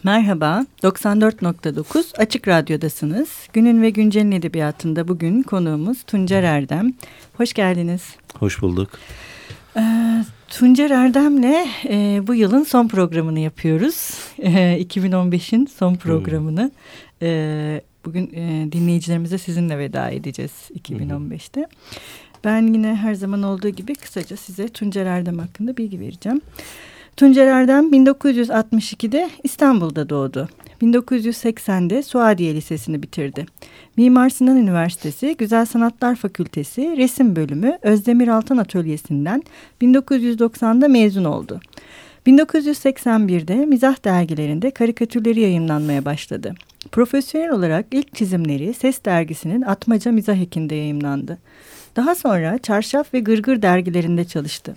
Merhaba, 94.9 Açık Radyo'dasınız. Günün ve Güncel'in edebiyatında bugün konuğumuz Tuncer Erdem. Hoş geldiniz. Hoş bulduk. Tuncer Erdem'le bu yılın son programını yapıyoruz. 2015'in son programını. Bugün dinleyicilerimize sizinle veda edeceğiz 2015'te. Ben yine her zaman olduğu gibi kısaca size Tuncer Erdem hakkında bilgi vereceğim. Tuncer Erdem 1962'de İstanbul'da doğdu. 1980'de Suadiye Lisesi'ni bitirdi. Mimar Sinan Üniversitesi Güzel Sanatlar Fakültesi Resim Bölümü Özdemir Altan Atölyesi'nden 1990'da mezun oldu. 1981'de mizah dergilerinde karikatürleri yayımlanmaya başladı. Profesyonel olarak ilk çizimleri Ses Dergisi'nin Atmaca Mizah Eki'nde yayımlandı. Daha sonra Çarşaf ve Gırgır dergilerinde çalıştı.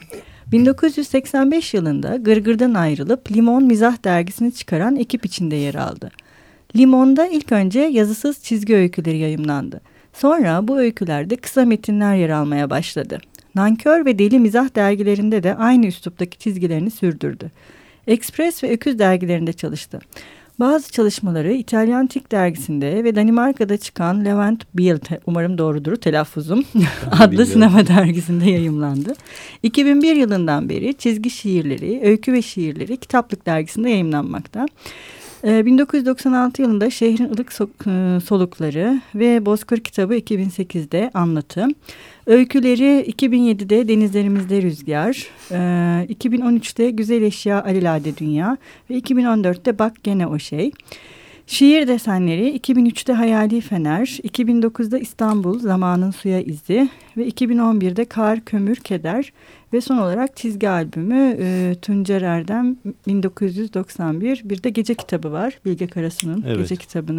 1985 yılında Gırgır'dan ayrılıp Limon Mizah dergisini çıkaran ekip içinde yer aldı. Limon'da ilk önce yazısız çizgi öyküleri yayımlandı. Sonra bu öykülerde kısa metinler yer almaya başladı. Nankör ve Deli Mizah dergilerinde de aynı üsluptaki çizgilerini sürdürdü. Express ve Öküz dergilerinde çalıştı. Bazı çalışmaları İtalyan Tik dergisinde ve Danimarka'da çıkan Levent Biel, umarım doğrudur telaffuzum, adlı sinema dergisinde yayımlandı. 2001 yılından beri çizgi şiirleri, öykü ve şiirleri Kitaplık dergisinde yayımlanmakta. 1996 yılında Şehrin Ilık Solukları ve Bozkır kitabı 2008'de Anlatı. Öyküleri 2007'de Denizlerimizde Rüzgar, 2013'te Güzel Eşya Alelade Dünya ve 2014'te Bak Gene O Şey. Şiir desenleri 2003'te Hayali Fener, 2009'da İstanbul Zamanın Suya İzi ve 2011'de Kar, Kömür, Keder ve son olarak çizgi albümü Tuncer Erdem 1991. Bir de Gece kitabı var. Bilge Karasu'nun Gece kitabını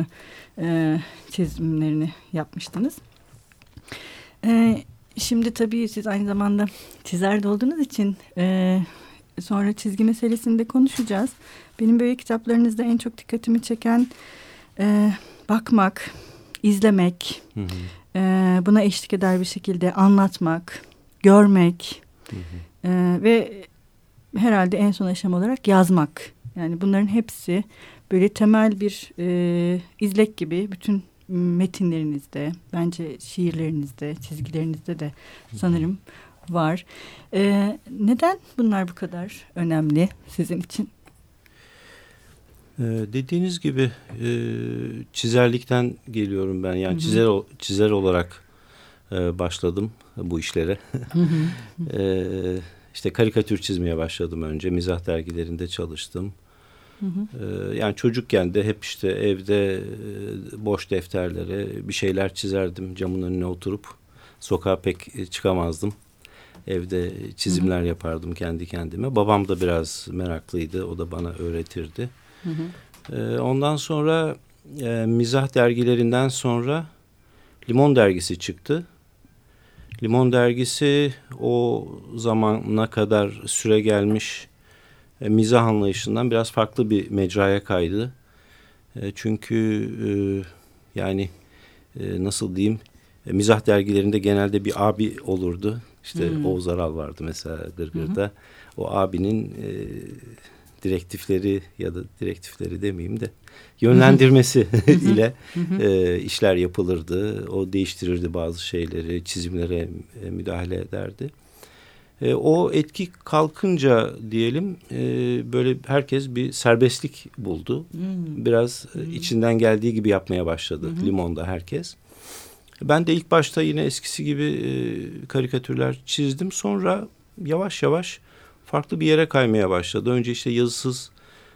çizimlerini yapmıştınız. Şimdi tabii siz aynı zamanda çizer de olduğunuz için sonra çizgi meselesini de konuşacağız. Benim böyle kitaplarınızda en çok dikkatimi çeken bakmak, izlemek, buna eşlik eder bir şekilde anlatmak, görmek ve herhalde en son aşama olarak yazmak. Yani bunların hepsi böyle temel bir izlek gibi bütün metinlerinizde, bence şiirlerinizde, çizgilerinizde de sanırım var. Neden bunlar bu kadar önemli sizin için? Dediğiniz gibi çizerlikten geliyorum ben. Yani çizer olarak başladım bu işlere. İşte karikatür çizmeye başladım önce. Mizah dergilerinde çalıştım. Yani çocukken de hep işte evde boş defterlere bir şeyler çizerdim. Camın önüne oturup sokağa pek çıkamazdım. Evde çizimler yapardım kendi kendime. Babam da biraz meraklıydı. O da bana öğretirdi. Ondan sonra mizah dergilerinden sonra Limon dergisi çıktı. Limon dergisi o zamana kadar süre gelmiş mizah anlayışından biraz farklı bir mecraya kaydı. Çünkü yani nasıl diyeyim, mizah dergilerinde genelde bir abi olurdu. İşte Oğuz Aral vardı mesela Gırgır'da. O abinin direktifleri ya da direktifleri demeyeyim de yönlendirmesi ile işler yapılırdı. O değiştirirdi bazı şeyleri, çizimlere müdahale ederdi. O etki kalkınca diyelim böyle herkes bir serbestlik buldu. Biraz içinden geldiği gibi yapmaya başladı Limon'da herkes. Ben de ilk başta yine eskisi gibi karikatürler çizdim. Sonra yavaş yavaş farklı bir yere kaymaya başladı. Önce işte yazısız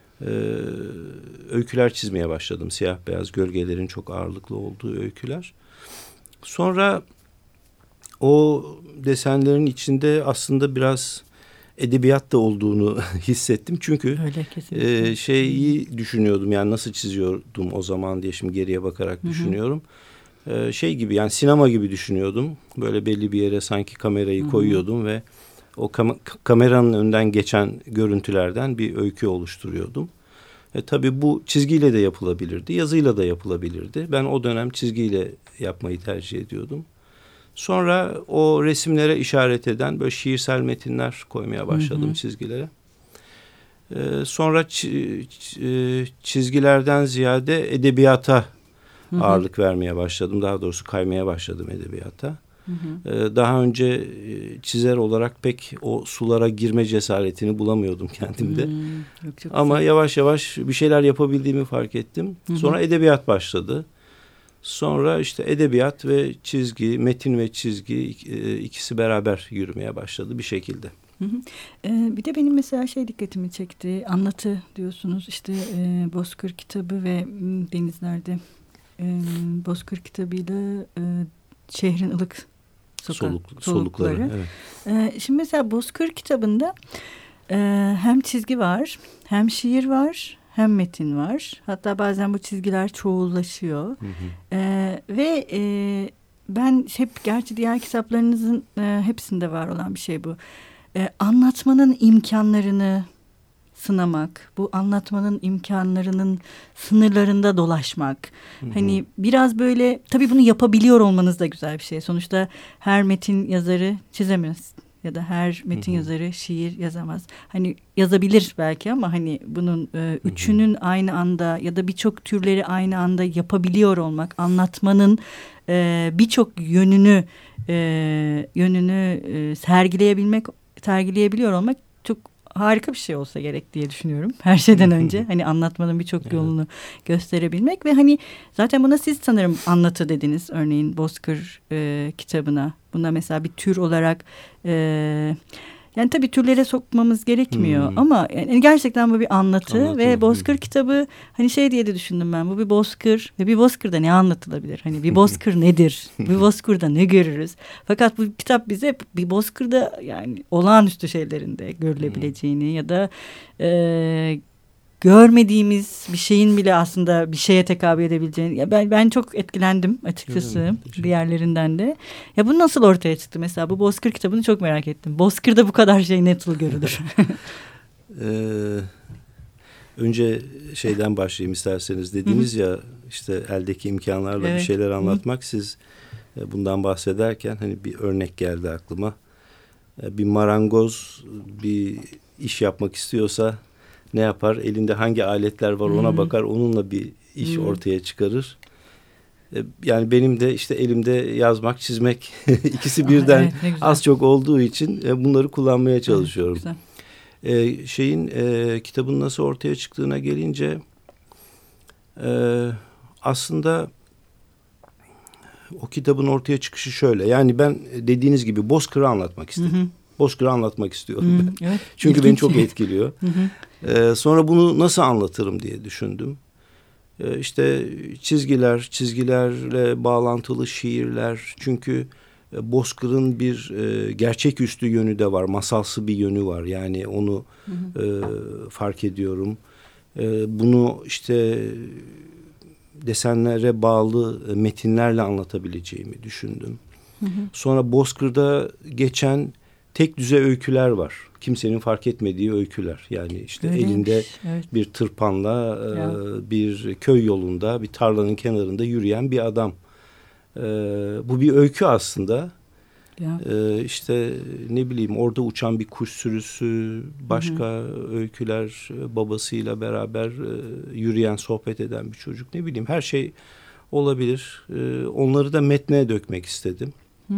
öyküler çizmeye başladım. Siyah beyaz gölgelerin çok ağırlıklı olduğu öyküler. Sonra o desenlerin içinde aslında biraz edebiyat da olduğunu hissettim. Çünkü şeyi düşünüyordum, yani nasıl çiziyordum o zaman diye şimdi geriye bakarak düşünüyorum. Şey gibi, yani sinema gibi düşünüyordum. Böyle belli bir yere sanki kamerayı koyuyordum ve o kameranın önünden geçen görüntülerden bir öykü oluşturuyordum. Tabii bu çizgiyle de yapılabilirdi, yazıyla da yapılabilirdi. Ben o dönem çizgiyle yapmayı tercih ediyordum. Sonra o resimlere işaret eden böyle şiirsel metinler koymaya başladım çizgilere. Sonra çizgilerden ziyade edebiyata ağırlık vermeye başladım. Daha doğrusu kaymaya başladım edebiyata. Daha önce çizer olarak pek o sulara girme cesaretini bulamıyordum kendimde. Çok ama güzel. yavaş yavaş bir şeyler yapabildiğimi fark ettim. Sonra edebiyat başladı. Sonra işte edebiyat ve çizgi, metin ve çizgi ikisi beraber yürümeye başladı bir şekilde. Bir de benim mesela dikkatimi çekti. Anlatı diyorsunuz. İşte Bozkır kitabı ve Denizler'de Bozkır kitabıyla Şehrin ılık solukları. Evet. Şimdi mesela Bozkır kitabında hem çizgi var, hem şiir var, hem metin var. Hatta bazen bu çizgiler çoğullaşıyor. Ve ben hep, gerçi diğer kitaplarınızın hepsinde var olan bir şey bu. Anlatmanın imkanlarını sınamak, bu anlatmanın imkanlarının sınırlarında dolaşmak. Hani biraz böyle, tabii bunu yapabiliyor olmanız da güzel bir şey. Sonuçta her metin yazarı çizemez ya da her metin yazarı şiir yazamaz. Hani yazabilir belki ama hani bunun üçünün aynı anda ya da birçok türleri aynı anda yapabiliyor olmak, anlatmanın birçok yönünü sergileyebiliyor olmak çok harika bir şey olsa gerek diye düşünüyorum. Her şeyden önce hani anlatmanın birçok yolunu gösterebilmek ve hani zaten buna siz sanırım anlatı dediniz, örneğin Bozkır kitabına. Buna mesela bir tür olarak yani tabii türlere sokmamız gerekmiyor ama yani gerçekten bu bir anlatı ve Bozkır kitabı hani diye de düşündüm ben. Bu bir bozkır ve bir bozkırda ne anlatılabilir? Hani bir bozkır nedir? Bir bozkırda ne görürüz? Fakat bu kitap bize bir bozkırda yani olağanüstü şeylerin de görülebileceğini ya da görmediğimiz bir şeyin bile aslında bir şeye tekabül edebileceğini. Ya ben çok etkilendim açıkçası diğerlerinden de. Ya bu nasıl ortaya çıktı mesela? Bu Bozkır kitabını çok merak ettim. Bozkır'da bu kadar şey nasıl görülür? Önce şeyden başlayayım isterseniz. Dediniz ya işte eldeki imkanlarla bir şeyler anlatmak. Siz bundan bahsederken hani bir örnek geldi aklıma. Bir marangoz bir iş yapmak istiyorsa ne yapar? Elinde hangi aletler var ona bakar. Onunla bir iş ortaya çıkarır. Yani benim de işte elimde yazmak, çizmek ikisi birden az çok olduğu için bunları kullanmaya çalışıyorum. Kitabın nasıl ortaya çıktığına gelince aslında o kitabın ortaya çıkışı şöyle. Yani ben dediğiniz gibi Bozkır'ı anlatmak istedim. Bozkır'ı anlatmak istiyorum ben. Evet, çünkü beni çok etkiliyor. Sonra bunu nasıl anlatırım diye düşündüm. İşte çizgilerle bağlantılı şiirler. Çünkü Bozkır'ın bir gerçeküstü yönü de var. Masalsı bir yönü var. Yani onu fark ediyorum. Bunu işte desenlere bağlı metinlerle anlatabileceğimi düşündüm. Sonra Bozkır'da geçen tek düze öyküler var. Kimsenin fark etmediği öyküler. Yani işte elinde bir tırpanla bir köy yolunda, bir tarlanın kenarında yürüyen bir adam. Bu bir öykü aslında. İşte ne bileyim, orada uçan bir kuş sürüsü, başka öyküler, babasıyla beraber yürüyen, sohbet eden bir çocuk, ne bileyim, her şey olabilir. Onları da metne dökmek istedim.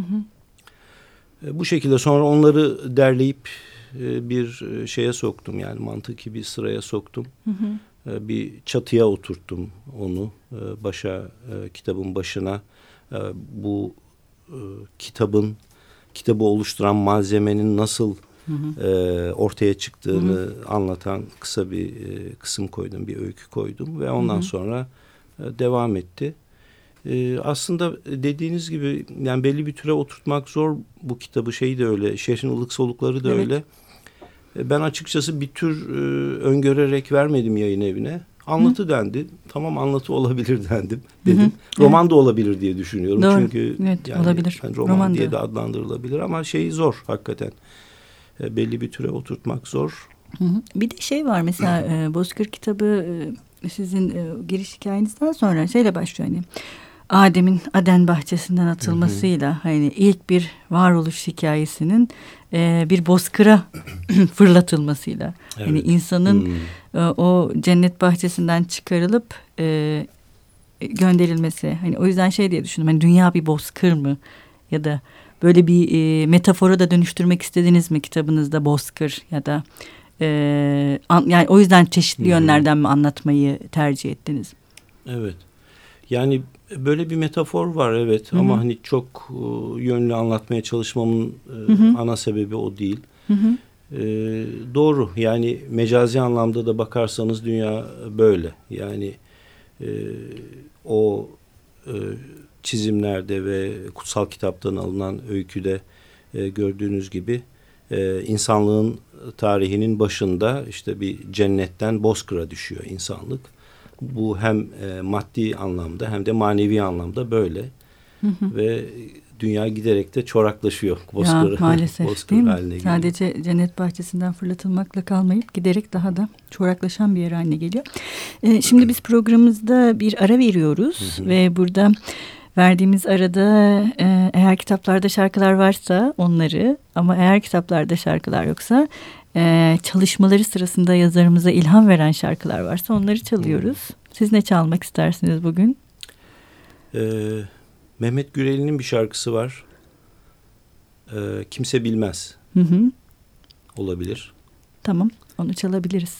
Bu şekilde sonra onları derleyip bir şeye soktum, yani mantıki bir sıraya soktum. Bir çatıya oturttum onu, kitabın başına bu kitabı oluşturan malzemenin nasıl ortaya çıktığını anlatan kısa bir kısım koydum, bir öykü koydum ve ondan sonra devam etti. Aslında dediğiniz gibi yani belli bir türe oturtmak zor bu kitabı, şeyi de öyle, Şehrin ılık solukları da öyle. Ben açıkçası bir tür öngörerek vermedim yayın evine. Anlatı dendi. Tamam, anlatı olabilir dedim. Roman da olabilir diye düşünüyorum. Doğru. Çünkü yani olabilir. Roman diye de adlandırılabilir ama zor hakikaten. Belli bir türe oturtmak zor. Bir de var mesela Bozkır kitabı sizin giriş hikayenizden sonra başlıyor hani. Adem'in Aden bahçesinden atılmasıyla hani ilk bir varoluş hikayesinin bir bozkıra fırlatılmasıyla hani insanın o cennet bahçesinden çıkarılıp gönderilmesi. Hani o yüzden şey diye düşündüm. Hani dünya bir bozkır mı? Ya da böyle bir metafora da dönüştürmek istediniz mi kitabınızda bozkır ya da yani o yüzden çeşitli yönlerden mi anlatmayı tercih ettiniz? Evet. Yani böyle bir metafor var evet ama hani çok yönlü anlatmaya çalışmamın ana sebebi o değil. Doğru yani mecazi anlamda da bakarsanız dünya böyle. Yani o çizimlerde ve kutsal kitaptan alınan öyküde gördüğünüz gibi insanlığın tarihinin başında işte bir cennetten bozkıra düşüyor insanlık. Bu hem maddi anlamda hem de manevi anlamda böyle. Ve dünya giderek de çoraklaşıyor. Ya, maalesef bozkır değil mi? haline geliyor. Sadece cennet bahçesinden fırlatılmakla kalmayıp giderek daha da çoraklaşan bir yer haline geliyor. Şimdi biz programımızda bir ara veriyoruz ve burada verdiğimiz arada eğer kitaplarda şarkılar varsa onları ama eğer kitaplarda şarkılar yoksa çalışmaları sırasında yazarımıza ilham veren şarkılar varsa onları çalıyoruz. Siz ne çalmak istersiniz bugün? Mehmet Gürel'in bir şarkısı var. Kimse bilmez. Olabilir. Tamam, onu çalabiliriz.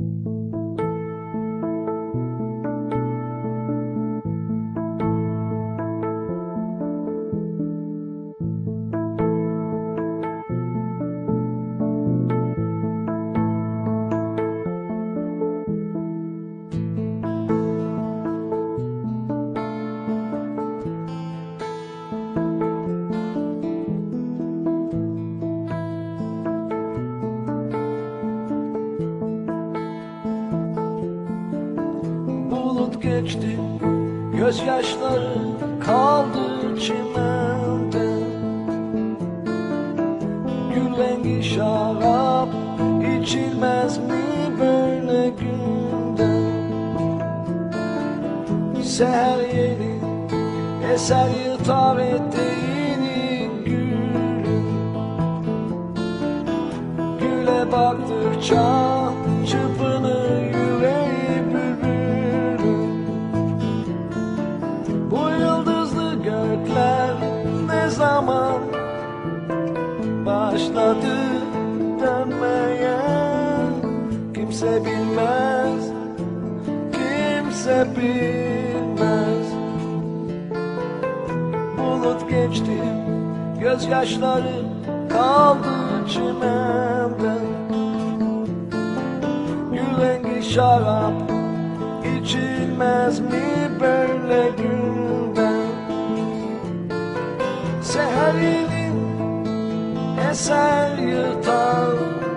Geçti, gözyaşları kaldı çimende. Gül rengi şarap içilmez mi böyle günde? Seher yeni eser yırtar eteğini gülüm. Güle baktıkça çırpınır yüreği. Ne zaman başladı dönmeye? Kimse bilmez, kimse bilmez. Bulut geçti, gözyaşları kaldı çimende. Gül rengi şarap içilmez mi böyle günden? Seherinin eser yırtar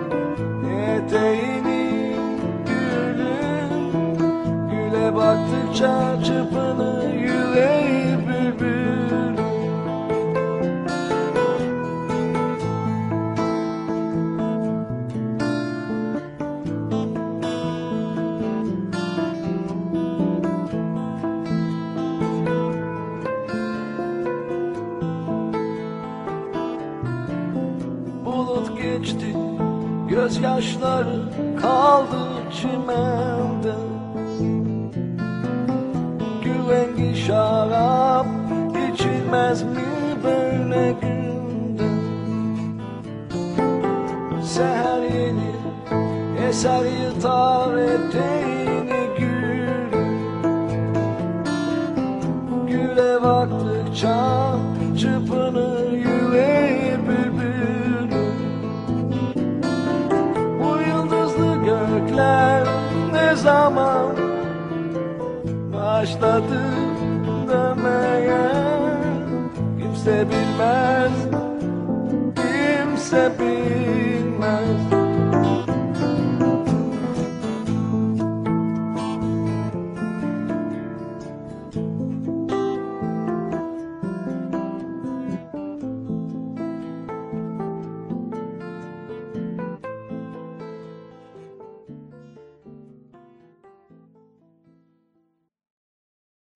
eteğini gülün. Güle baktıkça çırpınır yüreği bülbül. Geçti, gözyaşları kaldı çimende. Gül rengi şarap içilmez mi böyle günde? Seher yeni eser yırtar eteğini gülüm. Güle baktıkça çırpınır yüreği bülbül. Ne zaman başladı dönmeye? Kimse bilmez, kimse bilmez.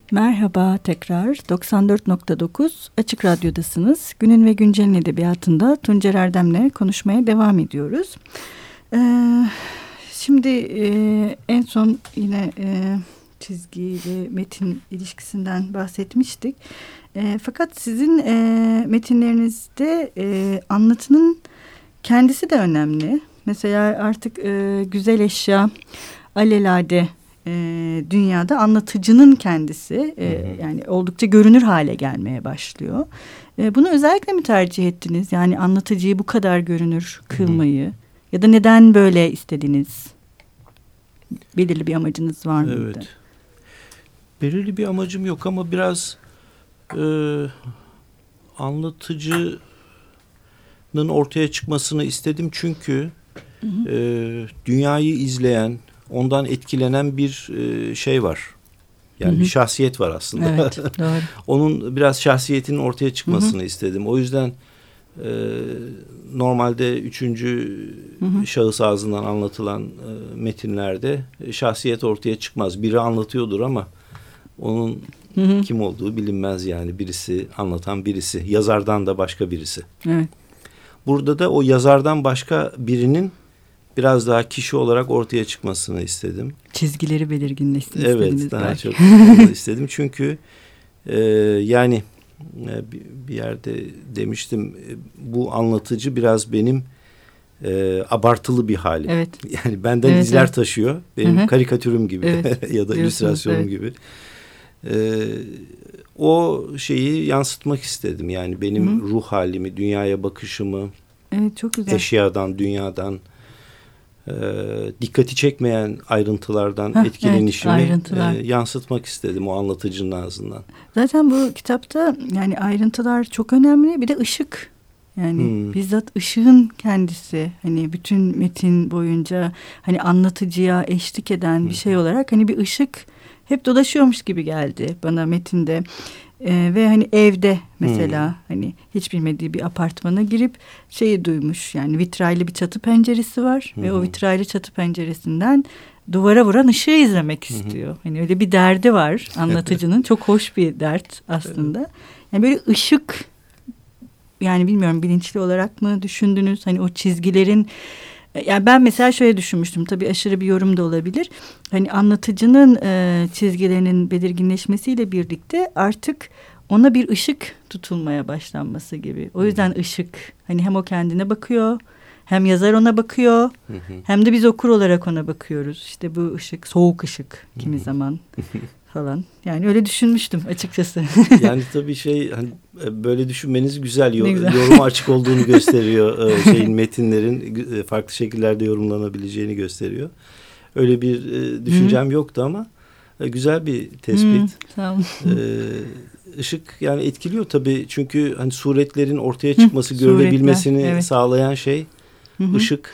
Merhaba tekrar 94.9 Açık Radyo'dasınız. Günün ve Güncel'in edebiyatında Tuncer Erdem'le konuşmaya devam ediyoruz. Şimdi en son yine çizgi ve metin ilişkisinden bahsetmiştik. Fakat sizin metinlerinizde anlatının kendisi de önemli. Mesela artık güzel eşya, alelade dünyada anlatıcının kendisi yani oldukça görünür hale gelmeye başlıyor. Bunu özellikle mi tercih ettiniz? Yani anlatıcıyı bu kadar görünür kılmayı ya da neden böyle istediniz? Belirli bir amacınız var mıydı? Evet. Belirli bir amacım yok ama biraz anlatıcının ortaya çıkmasını istedim çünkü dünyayı izleyen, ondan etkilenen bir şey var. Yani bir şahsiyet var aslında. Evet, doğru. Onun biraz şahsiyetinin ortaya çıkmasını istedim. O yüzden normalde üçüncü şahıs ağzından anlatılan metinlerde şahsiyet ortaya çıkmaz. Biri anlatıyordur ama onun kim olduğu bilinmez yani. Birisi anlatan birisi. Yazardan da başka birisi. Evet. Burada da o yazardan başka birinin biraz daha kişi olarak ortaya çıkmasını istedim. Çizgileri belirginleşsin evet, istediniz. Daha belki. çok istedim. Çünkü yani bir yerde demiştim bu anlatıcı biraz benim abartılı bir halim. Evet. Yani benden izler taşıyor. Benim karikatürüm gibi ya da illüstrasyonum gibi. O şeyi yansıtmak istedim. Yani benim ruh halimi, dünyaya bakışımı, evet, çok güzel. Eşyadan, dünyadan, dikkati çekmeyen ayrıntılardan etkilenişimi yansıtmak istedim o anlatıcının ağzından. Zaten bu kitapta yani ayrıntılar çok önemli. Bir de ışık. Yani bizzat ışığın kendisi hani bütün metin boyunca hani anlatıcıya eşlik eden bir şey olarak hani bir ışık hep dolaşıyormuş gibi geldi bana metinde. Ve hani evde mesela hani hiç bilmediği bir apartmana girip şeyi duymuş yani vitraylı bir çatı penceresi var ve o vitraylı çatı penceresinden duvara vuran ışığı izlemek istiyor. Hani öyle bir derdi var anlatıcının. Çok hoş bir dert aslında. Yani böyle ışık yani bilmiyorum bilinçli olarak mı düşündünüz? Hani o çizgilerin yani ben mesela şöyle düşünmüştüm. Tabii aşırı bir yorum da olabilir. Hani anlatıcının çizgilerinin belirginleşmesiyle birlikte artık ona bir ışık tutulmaya başlanması gibi. O yüzden ışık hani hem o kendine bakıyor, hem yazar ona bakıyor, hem de biz okur olarak ona bakıyoruz. İşte bu ışık, soğuk ışık kimi zaman falan. Yani öyle düşünmüştüm açıkçası. Yani tabii hani böyle düşünmeniz güzel. Yoruma açık olduğunu gösteriyor. Metinlerin farklı şekillerde yorumlanabileceğini gösteriyor. Öyle bir düşüncem yoktu ama güzel bir tespit. Sağ olun. Işık yani etkiliyor tabii. Çünkü hani suretlerin ortaya çıkması, görülebilmesini sağlayan şey ışık.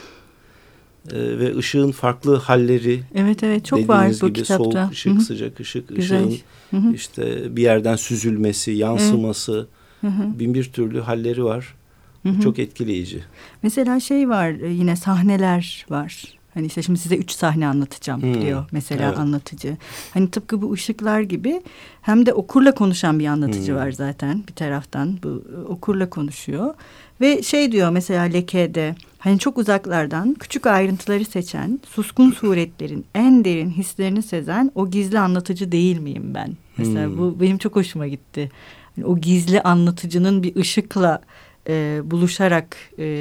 Ve ışığın farklı halleri. Evet çok var bu gibi, kitapta. Soğuk ışık, sıcak ışık, güzel. Işığın işte bir yerden süzülmesi, yansıması, bin bir türlü halleri var. Çok etkileyici. Mesela şey var yine sahneler var. Hani işte şimdi size 3 sahne anlatacağım diyor mesela anlatıcı. Hani tıpkı bu ışıklar gibi hem de okurla konuşan bir anlatıcı var zaten bir taraftan. Bu okurla konuşuyor. Ve şey diyor mesela Leke'de hani çok uzaklardan küçük ayrıntıları seçen, suskun suretlerin en derin hislerini sezen o gizli anlatıcı değil miyim ben? Mesela bu benim çok hoşuma gitti. Yani o gizli anlatıcının bir ışıkla buluşarak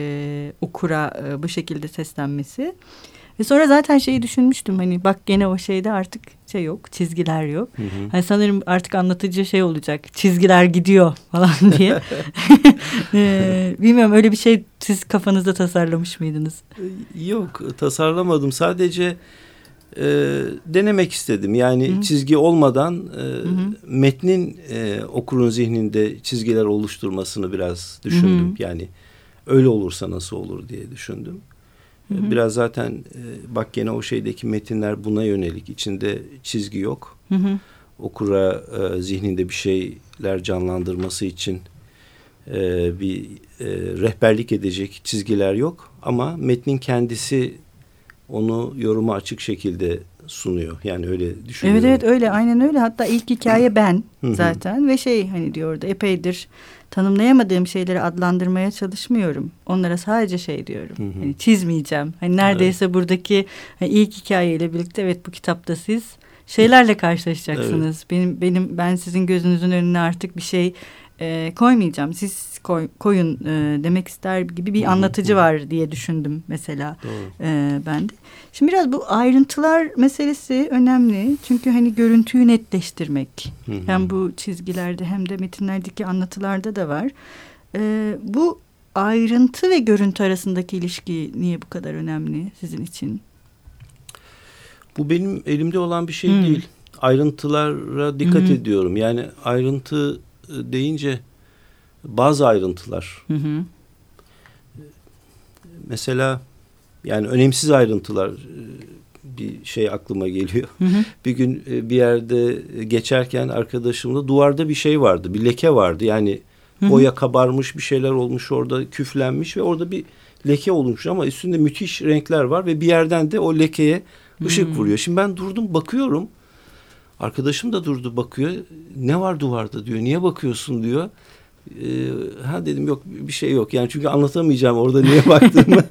okura bu şekilde seslenmesi. Ve sonra zaten şeyi düşünmüştüm hani bak gene o şeyde artık şey yok, çizgiler yok. Hani sanırım artık anlatıcı şey olacak, çizgiler gidiyor falan diye. Bilmiyorum öyle bir şey siz kafanızda tasarlamış mıydınız? Yok, tasarlamadım. Sadece denemek istedim. Yani çizgi olmadan metnin okurun zihninde çizgiler oluşturmasını biraz düşündüm. Yani öyle olursa nasıl olur diye düşündüm. Biraz zaten bak gene o şeydeki metinler buna yönelik. İçinde çizgi yok. Okura zihninde bir şeyler canlandırması için bir rehberlik edecek çizgiler yok. Ama metnin kendisi onu yoruma açık şekilde sunuyor. Yani öyle düşünüyorum. Evet öyle, aynen öyle. Hatta ilk hikaye ben zaten ve hani diyordu, epeydir tanımlayamadığım şeyleri adlandırmaya çalışmıyorum. Onlara sadece diyorum. Hani çizmeyeceğim. Hani neredeyse buradaki ilk hikayeyle birlikte evet bu kitapta siz şeylerle karşılaşacaksınız. Evet. Ben sizin gözünüzün önüne artık bir şey koymayacağım. Siz koyun demek ister gibi bir anlatıcı var diye düşündüm mesela ben de. Şimdi biraz bu ayrıntılar meselesi önemli. Çünkü hani görüntüyü netleştirmek hem bu çizgilerde hem de metinlerdeki anlatılarda da var. Bu ayrıntı ve görüntü arasındaki ilişki niye bu kadar önemli sizin için? Bu benim elimde olan bir şey değil. Ayrıntılara dikkat ediyorum. Yani ayrıntı deyince bazı ayrıntılar. Mesela yani önemsiz ayrıntılar bir şey aklıma geliyor. Bir gün bir yerde geçerken arkadaşımla duvarda bir şey vardı. Bir leke vardı. Yani boya kabarmış, bir şeyler olmuş orada, küflenmiş ve orada bir leke olmuş ama üstünde müthiş renkler var ve bir yerden de o lekeye ışık vuruyor. Şimdi ben durdum bakıyorum. Arkadaşım da durdu bakıyor. Ne var duvarda diyor. Niye bakıyorsun diyor. Dedim yok bir şey yok. Yani çünkü anlatamayacağım orada niye baktığımı.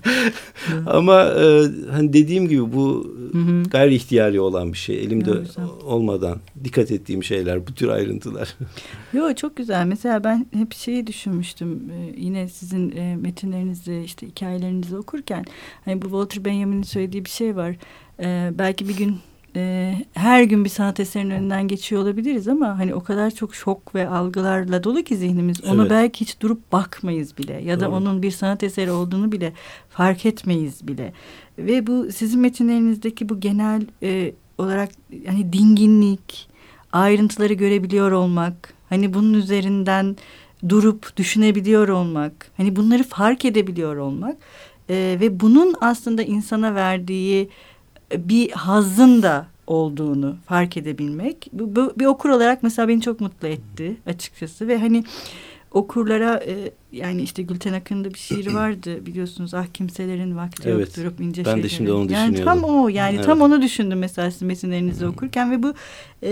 Ama hani dediğim gibi bu gayri ihtiyari olan bir şey. Elimde olmadan dikkat ettiğim şeyler, bu tür ayrıntılar. Yo, çok güzel. Mesela ben hep düşünmüştüm. Yine sizin metinlerinizi, işte hikayelerinizi okurken hani bu Walter Benjamin'in söylediği bir şey var. Belki bir gün her gün bir sanat eserinin önünden geçiyor olabiliriz ama hani o kadar çok şok ve algılarla dolu ki zihnimiz. Ona belki hiç durup bakmayız bile ya da onun bir sanat eseri olduğunu bile fark etmeyiz bile. Ve bu sizin metinlerinizdeki bu genel olarak hani dinginlik, ayrıntıları görebiliyor olmak, hani bunun üzerinden durup düşünebiliyor olmak, hani bunları fark edebiliyor olmak ve bunun aslında insana verdiği bir hazzın da olduğunu fark edebilmek. Bu bir okur olarak mesela beni çok mutlu etti açıkçası ve hani okurlara yani işte Gülten Akın'da bir şiir vardı biliyorsunuz, kimselerin vakti yok durup ince şeyleri. Ben de şimdi onu düşünüyordum. Yani tam o tam onu düşündüm mesela sizin metinlerinizi okurken ve bu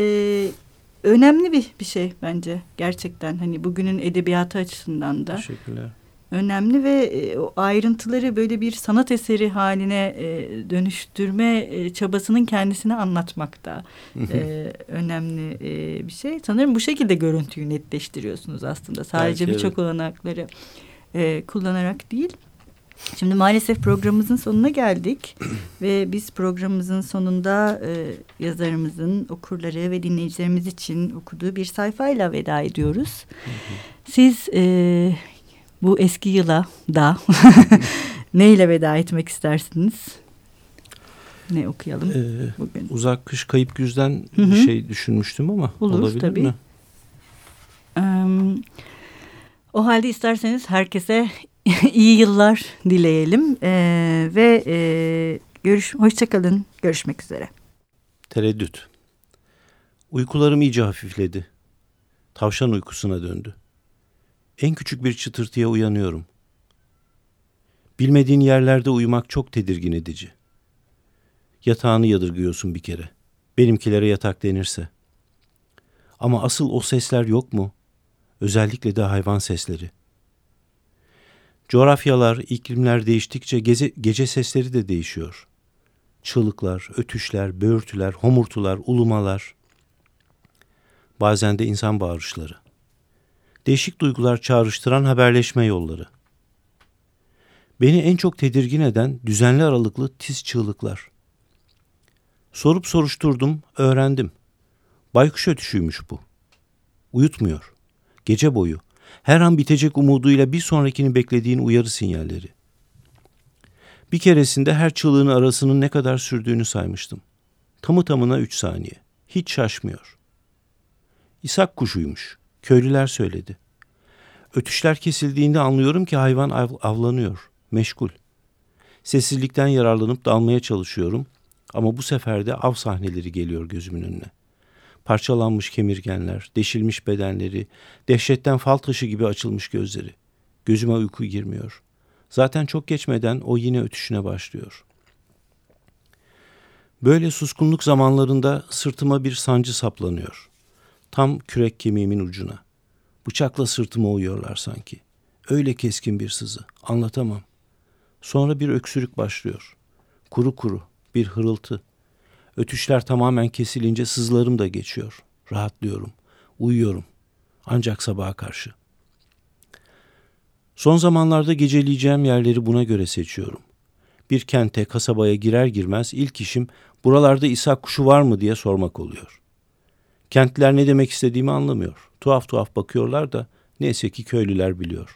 önemli bir şey bence gerçekten hani bugünün edebiyatı açısından da. Teşekkürler. Önemli ve o ayrıntıları böyle bir sanat eseri haline dönüştürme çabasının kendisini anlatmakta önemli bir şey. Sanırım bu şekilde görüntüyü netleştiriyorsunuz aslında. Sadece birçok olanakları kullanarak değil. Şimdi maalesef programımızın sonuna geldik ve biz programımızın sonunda yazarımızın okurları ve dinleyicilerimiz için okuduğu bir sayfayla veda ediyoruz. Siz bu eski yıla da neyle veda etmek istersiniz? Ne okuyalım bugün? Uzak Kış Kayıp Güz'den bir şey düşünmüştüm ama olabilir tabii. Mi? O halde isterseniz herkese iyi yıllar dileyelim ve hoşça kalın. Görüşmek üzere. Tereddüt. Uykularım iyice hafifledi. Tavşan uykusuna döndü. En küçük bir çıtırtıya uyanıyorum. Bilmediğin yerlerde uyumak çok tedirgin edici. Yatağını yadırgıyorsun bir kere. Benimkilere yatak denirse. Ama asıl o sesler yok mu? Özellikle de hayvan sesleri. Coğrafyalar, iklimler değiştikçe gece sesleri de değişiyor. Çığlıklar, ötüşler, böğürtüler, homurtular, ulumalar. Bazen de insan bağırışları. Değişik duygular çağrıştıran haberleşme yolları. Beni en çok tedirgin eden düzenli aralıklı tiz çığlıklar. Sorup soruşturdum, öğrendim. Baykuş ötüşüymüş bu. Uyutmuyor. Gece boyu. Her an bitecek umuduyla bir sonrakini beklediğin uyarı sinyalleri. Bir keresinde her çığlığın arasının ne kadar sürdüğünü saymıştım. Tamı tamına 3 saniye. Hiç şaşmıyor. İshak kuşuymuş. Köylüler söyledi. Ötüşler kesildiğinde anlıyorum ki hayvan avlanıyor. Meşgul. Sessizlikten yararlanıp dalmaya çalışıyorum. Ama bu sefer de av sahneleri geliyor gözümün önüne. Parçalanmış kemirgenler, deşilmiş bedenleri, dehşetten fal taşı gibi açılmış gözleri. Gözüme uyku girmiyor. Zaten çok geçmeden o yine ötüşüne başlıyor. Böyle suskunluk zamanlarında sırtıma bir sancı saplanıyor. Tam kürek kemiğimin ucuna. Bıçakla sırtıma uyuyorlar sanki. Öyle keskin bir sızı. Anlatamam. Sonra bir öksürük başlıyor. Kuru kuru bir hırıltı. Ötüşler tamamen kesilince sızlarım da geçiyor. Rahatlıyorum. Uyuyorum. Ancak sabaha karşı. Son zamanlarda geceleyeceğim yerleri buna göre seçiyorum. Bir kente, kasabaya girer girmez ilk işim buralarda İshak kuşu var mı diye sormak oluyor. Kentliler ne demek istediğimi anlamıyor. Tuhaf tuhaf bakıyorlar da neyse ki köylüler biliyor.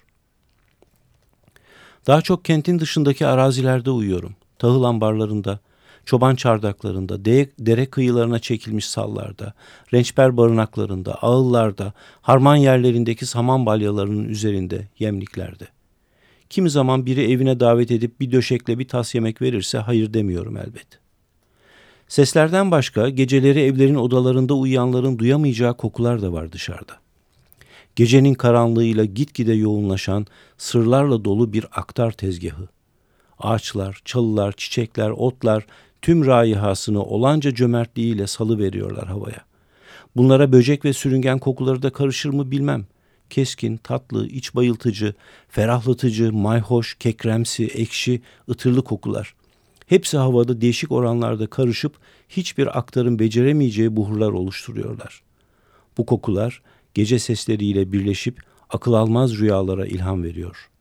Daha çok kentin dışındaki arazilerde uyuyorum. Tahıl ambarlarında, çoban çardaklarında, dere kıyılarına çekilmiş sallarda, rençber barınaklarında, ağıllarda, harman yerlerindeki saman balyalarının üzerinde, yemliklerde. Kimi zaman biri evine davet edip bir döşekle bir tas yemek verirse hayır demiyorum elbet. Seslerden başka geceleri evlerin odalarında uyuyanların duyamayacağı kokular da var dışarıda. Gecenin karanlığıyla gitgide yoğunlaşan, sırlarla dolu bir aktar tezgahı. Ağaçlar, çalılar, çiçekler, otlar tüm raihasını olanca cömertliğiyle salıveriyorlar havaya. Bunlara böcek ve sürüngen kokuları da karışır mı bilmem. Keskin, tatlı, iç bayıltıcı, ferahlatıcı, mayhoş, kekremsi, ekşi, ıtırlı kokular. Hepsi havada değişik oranlarda karışıp hiçbir aktarın beceremeyeceği buhurlar oluşturuyorlar. Bu kokular gece sesleriyle birleşip akıl almaz rüyalara ilham veriyor.